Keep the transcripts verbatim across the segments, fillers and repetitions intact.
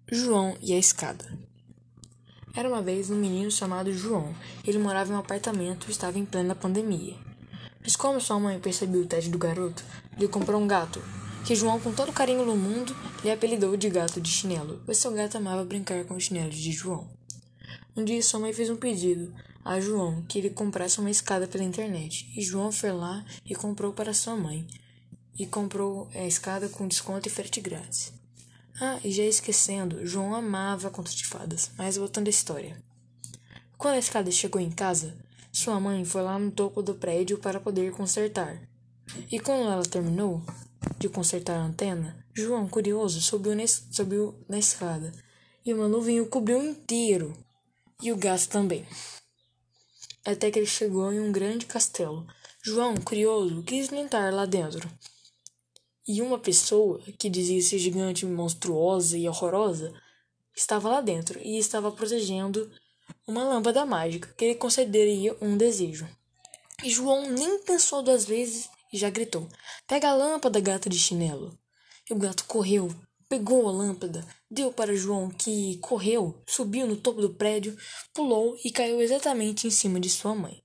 João e a escada. Era uma vez um menino chamado João. Ele morava em um apartamento e estava em plena pandemia. Mas como sua mãe percebeu o tédio do garoto, lhe comprou um gato, que João, com todo o carinho do mundo, lhe apelidou de gato de chinelo, pois seu gato amava brincar com os chinelos de João. Um dia sua mãe fez um pedido a João que ele comprasse uma escada pela internet, e João foi lá e comprou para sua mãe, e comprou a escada com desconto e frete grátis. Ah, e já esquecendo, João amava contos de fadas, mas voltando à história. Quando a escada chegou em casa, sua mãe foi lá no topo do prédio para poder consertar. E quando ela terminou de consertar a antena, João, curioso, subiu na, subiu na escada. E uma nuvem o cobriu inteiro. E o gato também. Até que ele chegou em um grande castelo. João, curioso, quis entrar lá dentro. E uma pessoa, que dizia ser gigante, monstruosa e horrorosa, estava lá dentro e estava protegendo uma lâmpada mágica que lhe concederia um desejo. E João nem pensou duas vezes e já gritou: "Pega a lâmpada, gato de chinelo!" E o gato correu, pegou a lâmpada, deu para João, que correu, subiu no topo do prédio, pulou e caiu exatamente em cima de sua mãe.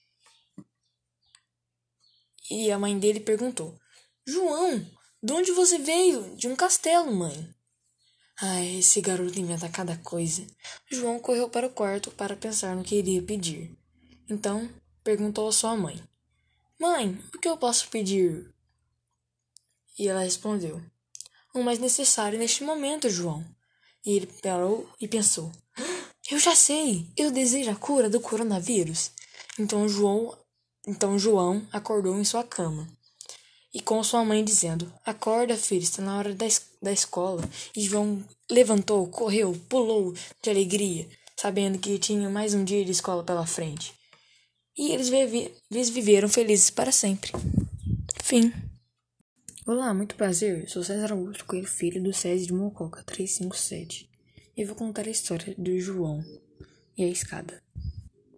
E a mãe dele perguntou: "João, de onde você veio?" "De um castelo, mãe." Ai, esse garoto inventa cada coisa. João correu para o quarto para pensar no que iria pedir. Então, perguntou à sua mãe: "Mãe, o que eu posso pedir?" E ela respondeu: "O mais necessário neste momento, João." E ele parou e pensou: "Eu já sei, eu desejo a cura do coronavírus." Então João, então João acordou em sua cama. E com sua mãe dizendo: "Acorda, filho, está na hora da, es- da escola." E João levantou, correu, pulou de alegria, sabendo que tinha mais um dia de escola pela frente. E eles, vive- eles viveram felizes para sempre. Fim. Olá, muito prazer. Sou César Augusto Coelho, filho do César de Mococa trezentos e cinquenta e sete. E vou contar a história do João e a escada.